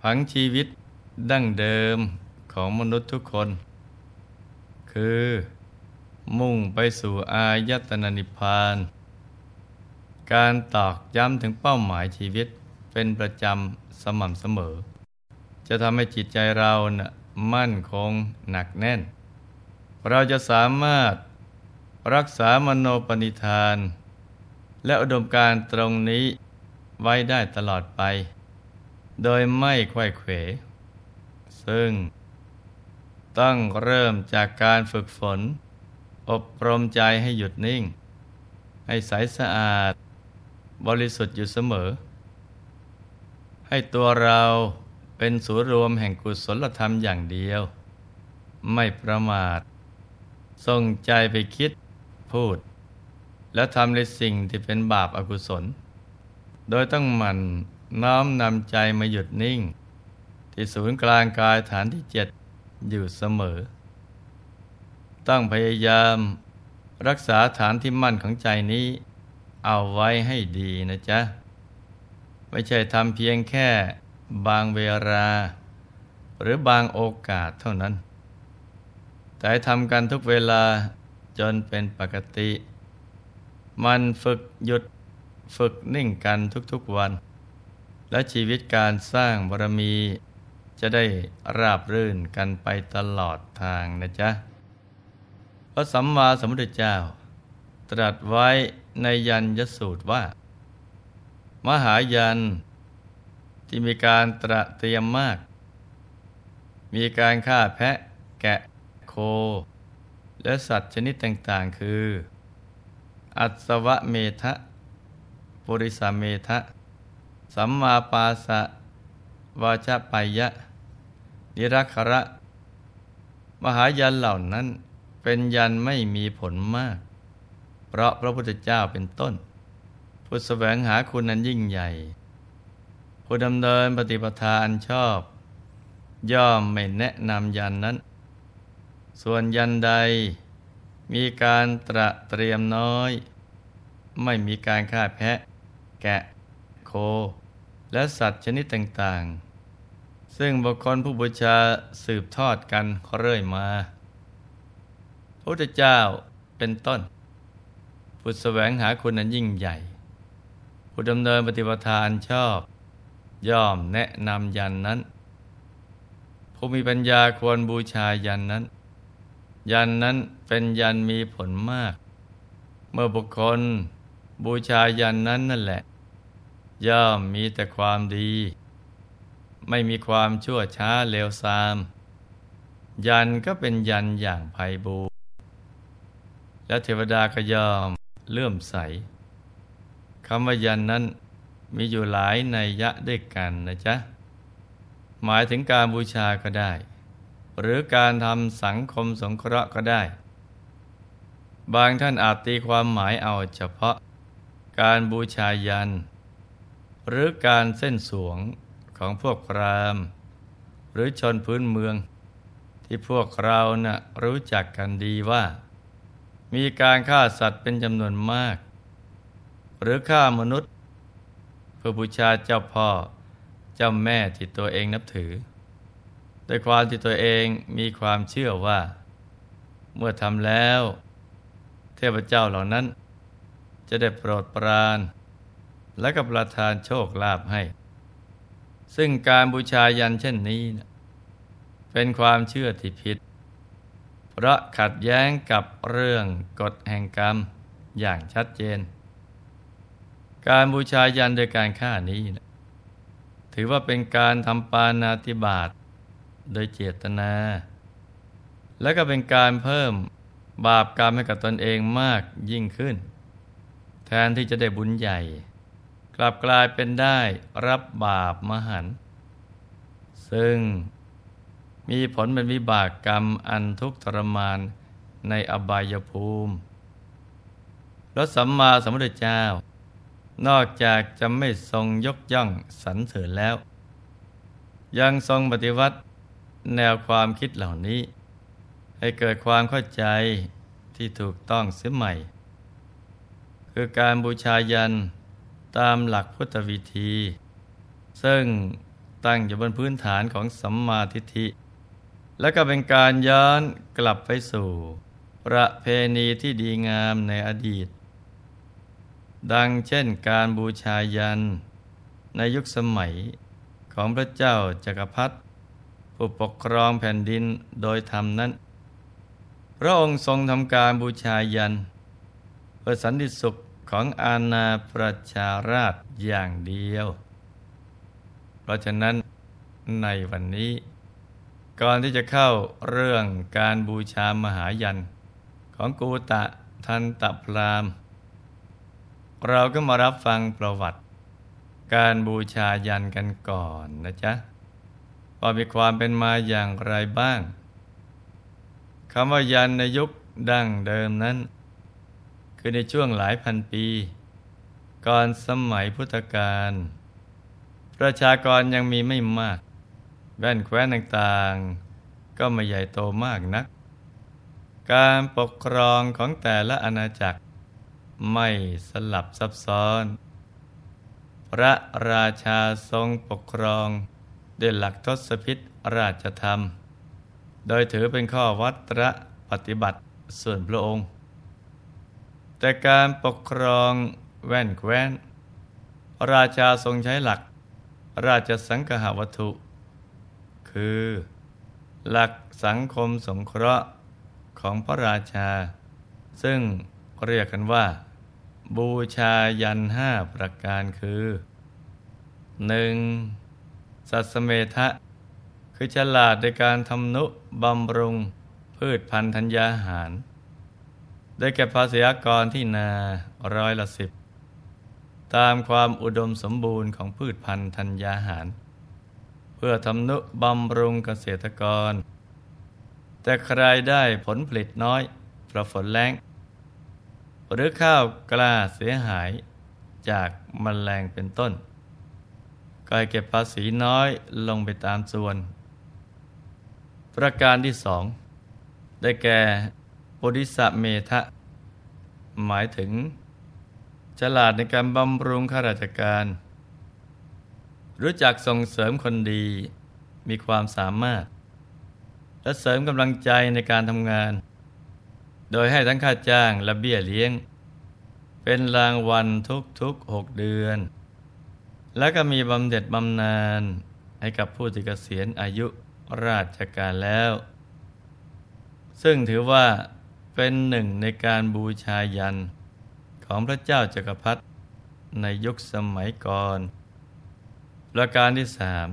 ผังชีวิตดั้งเดิมของมนุษย์ทุกคนคือมุ่งไปสู่อายตนะนิพพานการตอกย้ำถึงเป้าหมายชีวิตเป็นประจำสม่ำเสมอจะทำให้จิตใจเรามั่นคงหนักแน่นเราจะสามารถรักษามโนปณิธานและอุดมการณ์ตรงนี้ไว้ได้ตลอดไปโดยไม่ไขว้เขวซึ่งต้องเริ่มจากการฝึกฝนอบรมใจให้หยุดนิ่งให้ใสสะอาดบริสุทธิ์อยู่เสมอให้ตัวเราเป็นศูนย์รวมแห่งกุศลธรรมอย่างเดียวไม่ประมาทส่งใจไปคิดพูดและทำในสิ่งที่เป็นบาปอกุศลโดยต้องหมั่นน้อมนำใจมาหยุดนิ่งที่ศูนย์กลางกายฐานที่7อยู่เสมอต้องพยายามรักษาฐานที่มั่นของใจนี้เอาไว้ให้ดีนะจ๊ะไม่ใช่ทำเพียงแค่บางเวลาหรือบางโอกาสเท่านั้นแต่ทำกันทุกเวลาจนเป็นปกติมันฝึกหยุดฝึกนิ่งกันทุกๆวันและชีวิตการสร้างบารมีจะได้ราบรื่นกันไปตลอดทางนะจ๊ะพระสัมมาสัมพุทธเจ้าตรัสไว้ในยัญญสูตรว่ามหายันที่มีการตระเตรียมมากมีการฆ่าแพะแกะโคและสัตว์ชนิดต่างๆคืออัศวเมทะปุริสเมทะสัมมาปาสะวาจปายะนิรักขระมหายันเหล่านั้นเป็นยันไม่มีผลมากเพราะพระพุทธเจ้าเป็นต้นผู้แสวงหาคุณอันยิ่งใหญ่ผู้ดำเนินปฏิปทาอันชอบย่อมไม่แนะนำยันนั้นส่วนยันใดมีการตระเตรียมน้อยไม่มีการฆ่าแพะแกะโคและสัตว์ชนิดต่างๆซึ่งบุคคลผู้บูชาสืบทอดกันเรื่อยมาพระพุทธเจ้าเป็นต้นผู้แสวงหาคุณอันยิ่งใหญ่ผู้ดำเนินปฏิปทาอันชอบย่อมแนะนำยันนั้นผู้มีปัญญาควรบูชายันนั้นยันนั้นเป็นยันมีผลมากเมื่อบุคคลบูชายันนั้นนั่นแหละย่อมมีแต่ความดีไม่มีความชั่วช้าเลวทรามยันก็เป็นยันอย่างไพบูลย์และเทวดาก็ย่อมเลื่อมใสคำว่ายันนั้นมีอยู่หลายนัยยะด้วยกันนะจ๊ะหมายถึงการบูชาก็ได้หรือการทำสังคมสงเคราะห์ก็ได้บางท่านอาจตีความหมายเอาเฉพาะการบูชายันหรือการเส้นสวงของพวกพราหมณ์หรือชนพื้นเมืองที่พวกเรารู้จักกันดีว่ามีการฆ่าสัตว์เป็นจำนวนมากหรือฆ่ามนุษย์เพื่อบูชาเจ้าพ่อเจ้าแม่ที่ตัวเองนับถือโดยความที่ตัวเองมีความเชื่อว่าเมื่อทำแล้วเทพเจ้าเหล่านั้นจะได้โปรดปรานและก็ประทานโชคลาภให้ซึ่งการบูชายันเช่นนี้เป็นความเชื่อที่ผิดเพราะขัดแย้งกับเรื่องกฎแห่งกรรมอย่างชัดเจนการบูชายันโดยการฆ่านี้ถือว่าเป็นการทำปาณาติบาตโดยเจตนาและก็เป็นการเพิ่มบาปกรรมให้กับตนเองมากยิ่งขึ้นแทนที่จะได้บุญใหญ่กลับกลายเป็นได้รับบาปมหันต์ซึ่งมีผลเป็นวิบากกรรมอันทุกข์ทรมานในอบายภูมิพระสัมมาสัมพุทธเจ้านอกจากจะไม่ทรงยกย่องสรรเสริญแล้วยังทรงปฏิวัติแนวความคิดเหล่านี้ให้เกิดความเข้าใจที่ถูกต้องเสียใหม่คือการบูชายันตามหลักพุทธวิธีซึ่งตั้งอยู่บนพื้นฐานของสัมมาทิฏฐิและก็เป็นการย้อนกลับไปสู่ประเพณีที่ดีงามในอดีตดังเช่นการบูชายัญในยุคสมัยของพระเจ้าจักรพรรดิผู้ปกครองแผ่นดินโดยธรรมนั้นพระองค์ทรงทำการบูชายัญเพื่อสันติสุขของอาณาประชาราษฎร์อย่างเดียวเพราะฉะนั้นในวันนี้ก่อนที่จะเข้าเรื่องการบูชามหายัญของกูตะทันตพราหมณ์เราก็มารับฟังประวัติการบูชายัญกันก่อนนะจ๊ะว่ามีความเป็นมาอย่างไรบ้างคำว่ายัญในยุคดั้งเดิมนั้นคือในช่วงหลายพันปีก่อนสมัยพุทธกาลประชากรยังมีไม่มากแว่นแคว้นต่างๆก็ไม่ใหญ่โตมากนักการปกครองของแต่ละอาณาจักรไม่สลับซับซ้อนพระราชาทรงปกครองด้วยหลักทศพิธราชธรรมโดยถือเป็นข้อวัดระปฏิบัติส่วนพระองค์แต่การปกครองแว่นแคว้นราชาทรงใช้หลักราชสังคหวัตถุคือหลักสังคมสงเคราะห์ของพระราชาซึ่งเรียกกันว่าบูชายัญ5ประการคือ 1. สัสเมทะคือฉลาดในการทำนุบำรุงพืชพันธุ์ธัญญาหารได้แก่ภาษีกรที่นา10%ตามความอุดมสมบูรณ์ของพืชพันธุ์ธัญญาหารเพื่อทำนุบำรุงเกษตรกรแต่ใครได้ผลผลิตน้อยเพราะฝนแล้งหรือข้าวกล้าเสียหายจากแมลงเป็นต้นก็ให้เก็บภาษีน้อยลงไปตามส่วนประการที่2ได้แก่ปุริสเมทะหมายถึงฉลาดในการบำรุงข้าราชการรู้จักส่งเสริมคนดีมีความสามารถและเสริมกำลังใจในการทำงานโดยให้ทั้งค่าจ้างและเบี้ยเลี้ยงเป็นรางวัลทุกๆ6 เดือนและก็มีบำเหน็จบำนาญให้กับผู้ที่เกษียณอายุราชการแล้วซึ่งถือว่าเป็นหนึ่งในการบูชายัญของพระเจ้าจักรพรรดิในยุคสมัยก่อนประการที่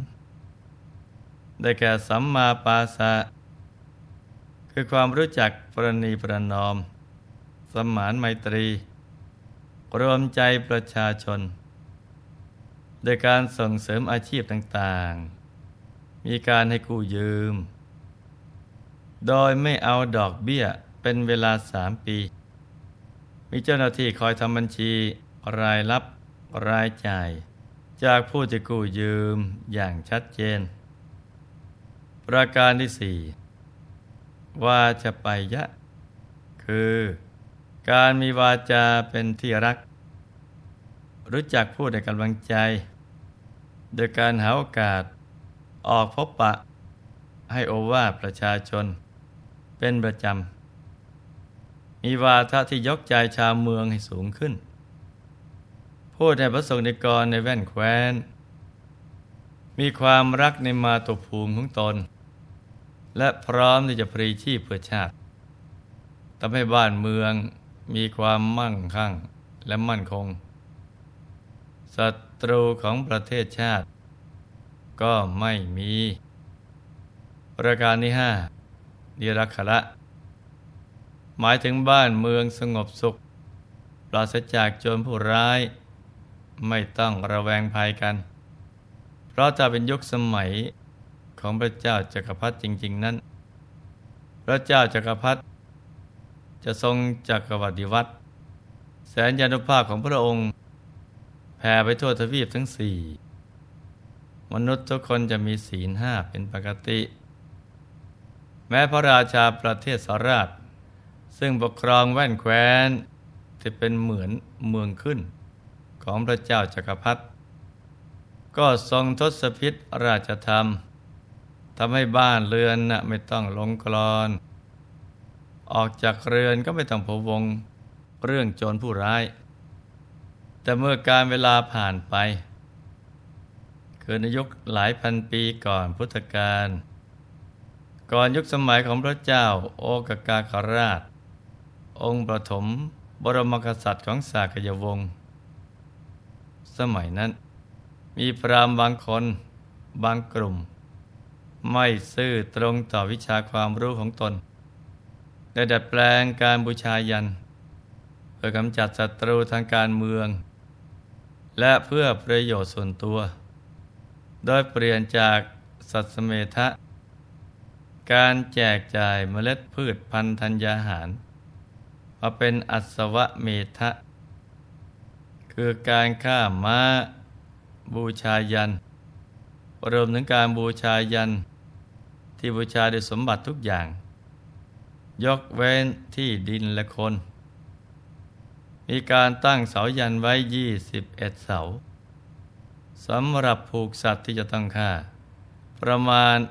3ได้แก่สัมมาปาสะคือความรู้จักประนีประนอมสมานไมตรีรวมใจประชาชนโดยการส่งเสริมอาชีพต่างๆมีการให้กู้ยืมโดยไม่เอาดอกเบี้ยเป็นเวลา3 ปีมีเจ้าหน้าที่คอยทำบัญชีรายรับรายจ่ายจากผู้ที่กู้ยืมอย่างชัดเจนประการที่4วาจปายะคือการมีวาจาเป็นที่รักรู้จักพูดในกำลังใจโดยการหาโอกาสออกพบปะให้โอวาทประชาชนเป็นประจำมีวาทะที่ยกใจชาวเมืองให้สูงขึ้นพูดให้พระสงฆ์นิกรในแว่นแคว้นมีความรักในมาตุภูมิของตนและพร้อมที่จะพลีชีพเพื่อชาติทำให้บ้านเมืองมีความมั่งคั่งและมั่นคงศัตรูของประเทศชาติก็ไม่มีประการที่5นิรักขละหมายถึงบ้านเมืองสงบสุขปราศจากโจรผู้ร้ายไม่ต้องระแวงภัยกันเพราะถ้าเป็นยุคสมัยของพระเจ้าจักรพรรดิจริงๆนั้นพระเจ้าจักรพรรดิจะทรงจักรวรรดิวัตรแสนยานุภาพของพระองค์แผ่ไปทั่วทวีปทั้ง4มนุษย์ทุกคนจะมีศีล5เป็นปกติแม้พระราชาประเทศสราชซึ่งปกครองแว่นแคว้นที่เป็นเหมือนเมืองขึ้นของพระเจ้าจักรพรรดิก็ทรงทศพิธราชธรรมทำให้บ้านเรือนไม่ต้องลงกลอน ออกจากเรือนก็ไม่ต้องพะวงเรื่องโจรผู้ร้าย แต่เมื่อการเวลาผ่านไปคือในยุคหลายพันปีก่อนพุทธกาลก่อนยุคสมัยของพระเจ้าโอกกากราชองค์ประถมบรมกษัตริย์ของสากยวงศ์สมัยนั้นมีพราหมณ์บางคนบางกลุ่มไม่ซื่อตรงต่อวิชาความรู้ของตนได้ดัดแปลงการบูชายัญเพื่อกำจัดศัตรูทางการเมืองและเพื่อประโยชน์ส่วนตัวโดยเปลี่ยนจากสัตสเมทะการแจกจ่ายเมล็ดพืชพันธุ์ธัญญาหารมาเป็นอัศวเมทะคือการฆ่าม้าบูชายัญรวมถึงการบูชายัญที่บูชาด้วยสมบัติทุกอย่างยกเว้นที่ดินและคนมีการตั้งเสายัญไว้21 เสาสำหรับผูกสัตว์ที่จะต้องฆ่าประมาณ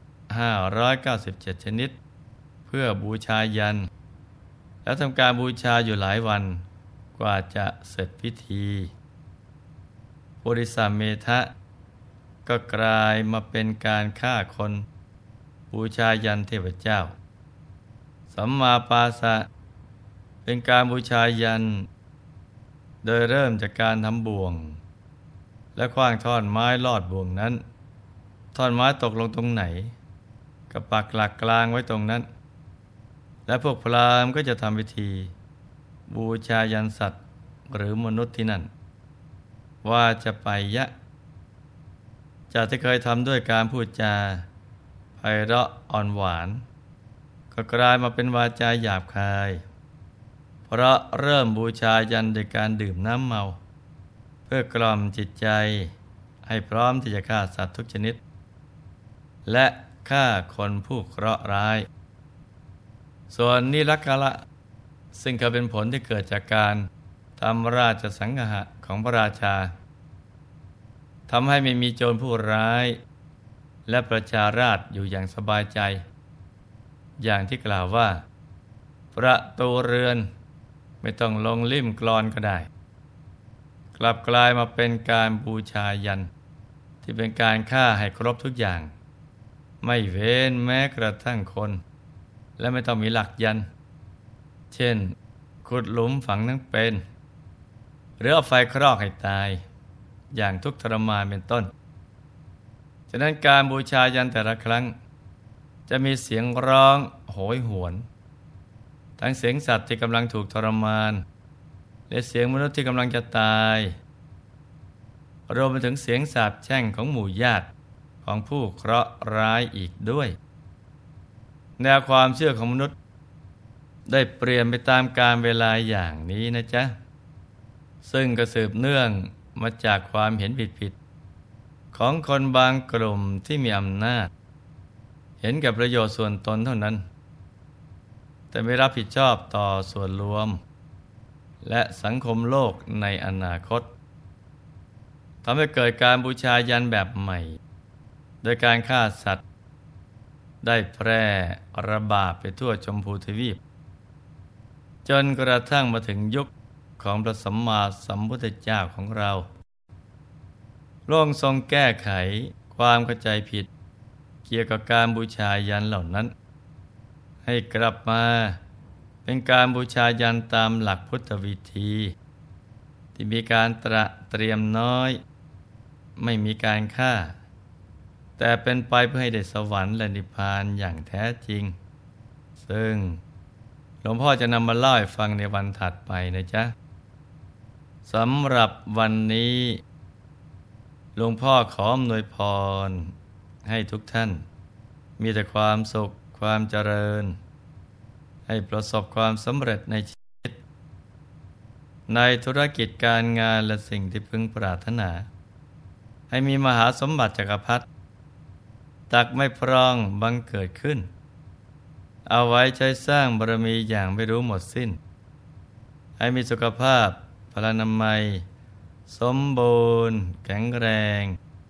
597 ชนิดเพื่อบูชายัญแล้วทำการบูชาอยู่หลายวันกว่าจะเสร็จพิธีปุริสเมทะก็กลายมาเป็นการฆ่าคนบูชายัญเทพเจ้าสัมมาปาสะเป็นการบูชายัญโดยเริ่มจากการทำบ่วงและขว้างท่อนไม้ลอดบ่วงนั้นท่อนไม้ตกลงตรงไหนก็ปักหลักกลางไว้ตรงนั้นและพวกพราหมณ์ก็จะทำพิธีบูชายัญสัตว์หรือมนุษย์ที่นั่นว่าจะไปยะจากที่เคยทำด้วยการพูดจาไพเราะอ่อนหวานก็กลายมาเป็นวาจาหยาบคายเพราะเริ่มบูชายัญโดยการดื่มน้ำเมาเพื่อกล่อมจิตใจให้พร้อมที่จะฆ่าสัตว์ทุกชนิดและฆ่าคนผู้เคราะห์ร้ายส่วนนิรักขละซึ่งก็เป็นผลที่เกิดจากการทำราชสังหะของพระราชาทำให้ไม่มีโจรผู้ร้ายและประชาราษฎร์อยู่อย่างสบายใจอย่างที่กล่าวว่าประตูเรือนไม่ต้องลงลิ่มกลอนก็ได้กลับกลายมาเป็นการบูชายัญที่เป็นการฆ่าให้ครบทุกอย่างไม่เว้นแม้กระทั่งคนและไม่ต้องมีหลักยัญเช่นขุดหลุมฝังทั้งเป็นหรือเอาไฟครอกให้ตายอย่างทุกข์ทรมานเป็นต้นฉะนั้นการบูชายัญแต่ละครั้งจะมีเสียงร้องโหยหวนทั้งเสียงสัตว์ที่กำลังถูกทรมานและเสียงมนุษย์ที่กำลังจะตายรวมไปถึงเสียงสาปแช่งของหมู่ญาติของผู้เคราะห์ร้ายอีกด้วยแนวความเชื่อของมนุษย์ได้เปลี่ยนไปตามกาลเวลาอย่างนี้นะจ๊ะซึ่งก็สืบเนื่องมาจากความเห็นผิดๆของคนบางกลุ่มที่มีอำนาจเห็นแก่ประโยชน์ส่วนตนเท่านั้นแต่ไม่รับผิดชอบต่อส่วนรวมและสังคมโลกในอนาคตทำให้เกิดการบูชายัญแบบใหม่โดยการฆ่าสัตว์ได้แพร่ระบาดไปทั่วชมพูทวีปจนกระทั่งมาถึงยุคของพระสัมมาสัมพุทธเจ้าของเราพระองค์ทรงแก้ไขความเข้าใจผิดเกี่ยวกับการบูชายัญเหล่านั้นให้กลับมาเป็นการบูชายัญตามหลักพุทธวิธีที่มีการเตรียมน้อยไม่มีการฆ่าแต่เป็นไปเพื่อให้ได้สวรรค์และนิพพานอย่างแท้จริงซึ่งหลวงพ่อจะนำมาเล่าให้ฟังในวันถัดไปนะจ๊ะสำหรับวันนี้หลวงพ่อขออำนวยพรให้ทุกท่านมีแต่ความสุขความเจริญให้ประสบความสำเร็จในชีวิตในธุรกิจการงานและสิ่งที่พึงปรารถนาให้มีมหาสมบัติจักรพรรดิตักไม่พร่องบังเกิดขึ้นเอาไว้ใช้สร้างบารมีอย่างไม่รู้หมดสิ้นให้มีสุขภาพพลานามัยสมบูรณ์แข็งแรง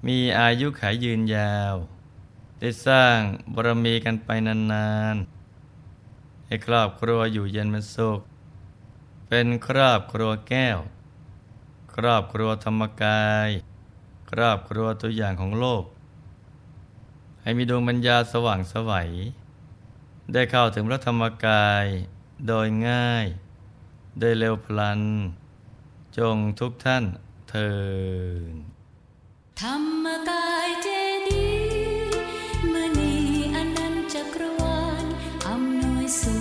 มีอายุขัยยืนยาวได้สร้างบารมีกันไปนานๆให้ครอบครัวอยู่เย็นเป็นสุขเป็นครอบครัวแก้วครอบครัวธรรมกายครอบครัวตัวอย่างของโลกให้มีดวงปัญญาสว่างไสวได้เข้าถึงพระธรรมกายโดยง่ายโดยเร็วพลันจงทุกท่านเทินธรรมกายเจดีย์มณีอนันต์จักรวาลอำนวยสุ